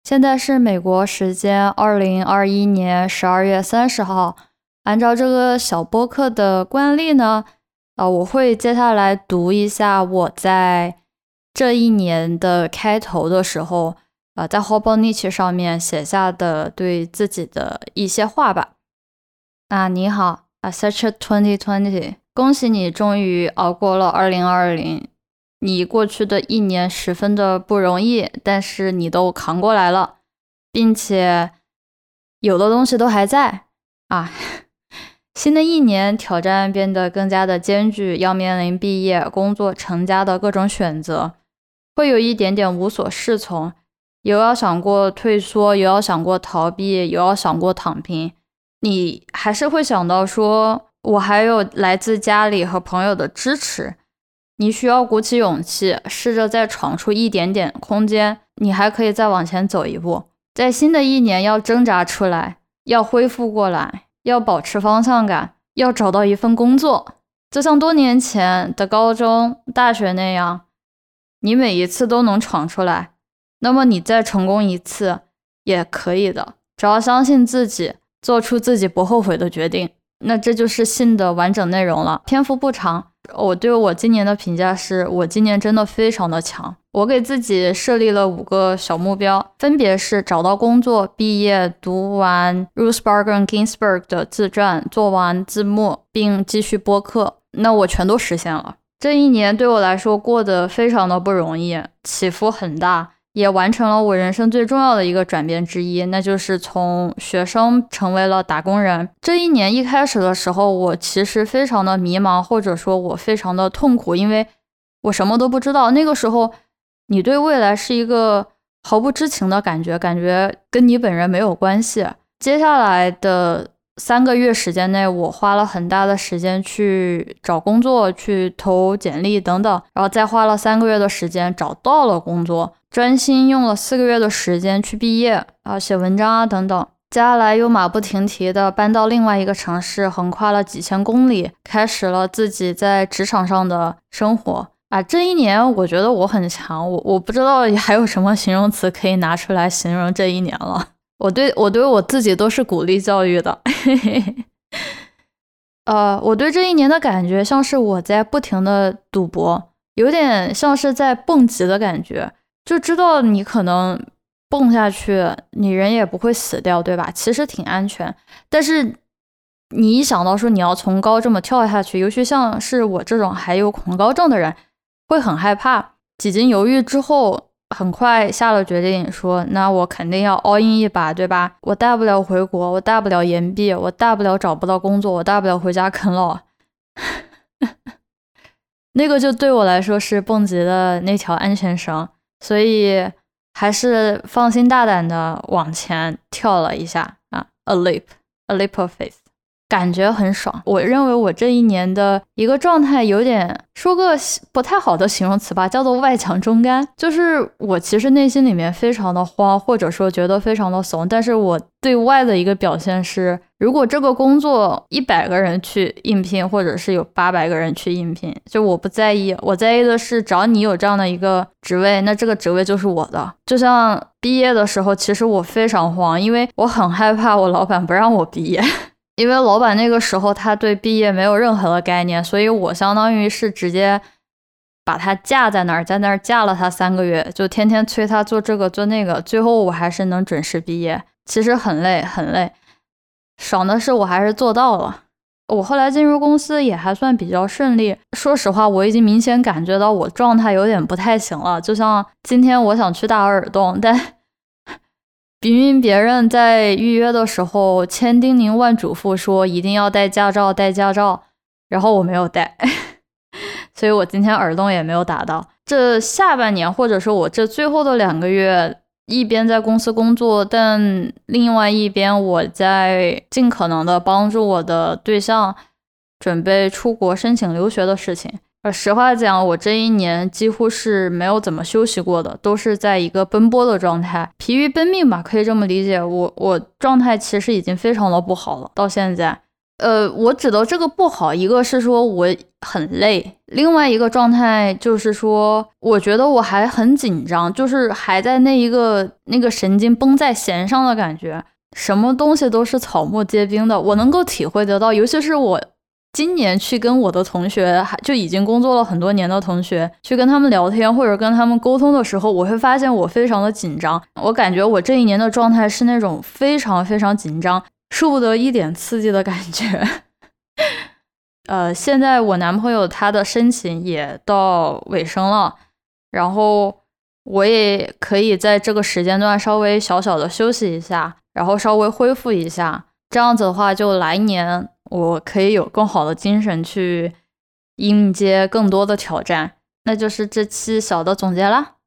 现在是美国时间2021年12月30号。按照这个小播客的惯例呢，我会接下来读一下我在这一年的开头的时候，在 Hobonichi 上面写下的对自己的一些话吧。你好，Such a 2020， 恭喜你终于熬过了2020。你过去的一年十分的不容易，但是你都扛过来了，并且有的东西都还在新的一年挑战变得更加的艰巨，要面临毕业、工作、成家的各种选择，会有一点点无所适从，有要想过退缩，有要想过逃避，有要想过躺平。你还是会想到说，我还有来自家里和朋友的支持。你需要鼓起勇气，试着再闯出一点点空间，你还可以再往前走一步。在新的一年要挣扎出来，要恢复过来，要保持方向感，要找到一份工作。就像多年前的高中、大学那样，你每一次都能闯出来，那么你再成功一次也可以的。只要相信自己，做出自己不后悔的决定。那这就是信的完整内容了，篇幅不长。我对我今年的评价是，我今年真的非常的强。我给自己设立了5个小目标，分别是找到工作、毕业、读完 Ruth Bader Ginsburg 的自传、做完字幕，并继续播客。那我全都实现了。这一年对我来说过得非常的不容易，起伏很大，也完成了我人生最重要的一个转变之一，那就是从学生成为了打工人。这一年一开始的时候，我其实非常的迷茫，或者说我非常的痛苦，因为我什么都不知道。那个时候你对未来是一个毫不知情的感觉跟你本人没有关系。接下来的3个月时间内，我花了很大的时间去找工作，去投简历等等，然后再花了3个月的时间找到了工作，专心用了4个月的时间去毕业写文章等等。接下来又马不停蹄的搬到另外一个城市，横跨了几千公里，开始了自己在职场上的生活这一年我觉得我很强，我不知道还有什么形容词可以拿出来形容这一年了。我对我自己都是鼓励教育的我对这一年的感觉像是我在不停的赌博，有点像是在蹦极的感觉，就知道你可能蹦下去你人也不会死掉，对吧？其实挺安全，但是你一想到说你要从高这么跳下去，尤其像是我这种还有恐高症的人，会很害怕。几经犹豫之后，很快下了决定说，那我肯定要 all in 一把，对吧？我大不了回国，我大不了延毕，我大不了找不到工作，我大不了回家啃老那个就对我来说是蹦极的那条安全绳，所以还是放心大胆的往前跳了一下a leap of faith，感觉很爽。我认为我这一年的一个状态有点，说个不太好的形容词吧，叫做外强中干。就是我其实内心里面非常的慌，或者说觉得非常的怂，但是我对外的一个表现是，如果这个工作100个人去应聘，或者是有800个人去应聘，就我不在意，我在意的是只要你有这样的一个职位，那这个职位就是我的。就像毕业的时候，其实我非常慌，因为我很害怕我老板不让我毕业因为老板那个时候他对毕业没有任何的概念，所以我相当于是直接把他架在那儿，在那儿架了他3个月，就天天催他做这个做那个，最后我还是能准时毕业。其实很累很累，爽的是我还是做到了。我后来进入公司也还算比较顺利，说实话我已经明显感觉到我状态有点不太行了。就像今天我想去大耳洞，但明明别人在预约的时候千叮咛万嘱咐说一定要带驾照，然后我没有带所以我今天耳洞也没有打到。这下半年或者说我这最后的2个月，一边在公司工作，但另外一边我在尽可能的帮助我的对象准备出国申请留学的事情。实话讲，我这一年几乎是没有怎么休息过的，都是在一个奔波的状态，疲于奔命吧，可以这么理解。我状态其实已经非常的不好了，到现在我指的这个不好，一个是说我很累，另外一个状态就是说，我觉得我还很紧张，就是还在那个神经绷在弦上的感觉，什么东西都是草木皆兵的，我能够体会得到，尤其是我今年去跟我的同学，就已经工作了很多年的同学，去跟他们聊天或者跟他们沟通的时候，我会发现我非常的紧张，我感觉我这一年的状态是那种非常非常紧张，受不得一点刺激的感觉。现在我男朋友他的申请也到尾声了，然后我也可以在这个时间段稍微小小的休息一下，然后稍微恢复一下，这样子的话，就来年我可以有更好的精神去迎接更多的挑战。那就是这期小的总结啦。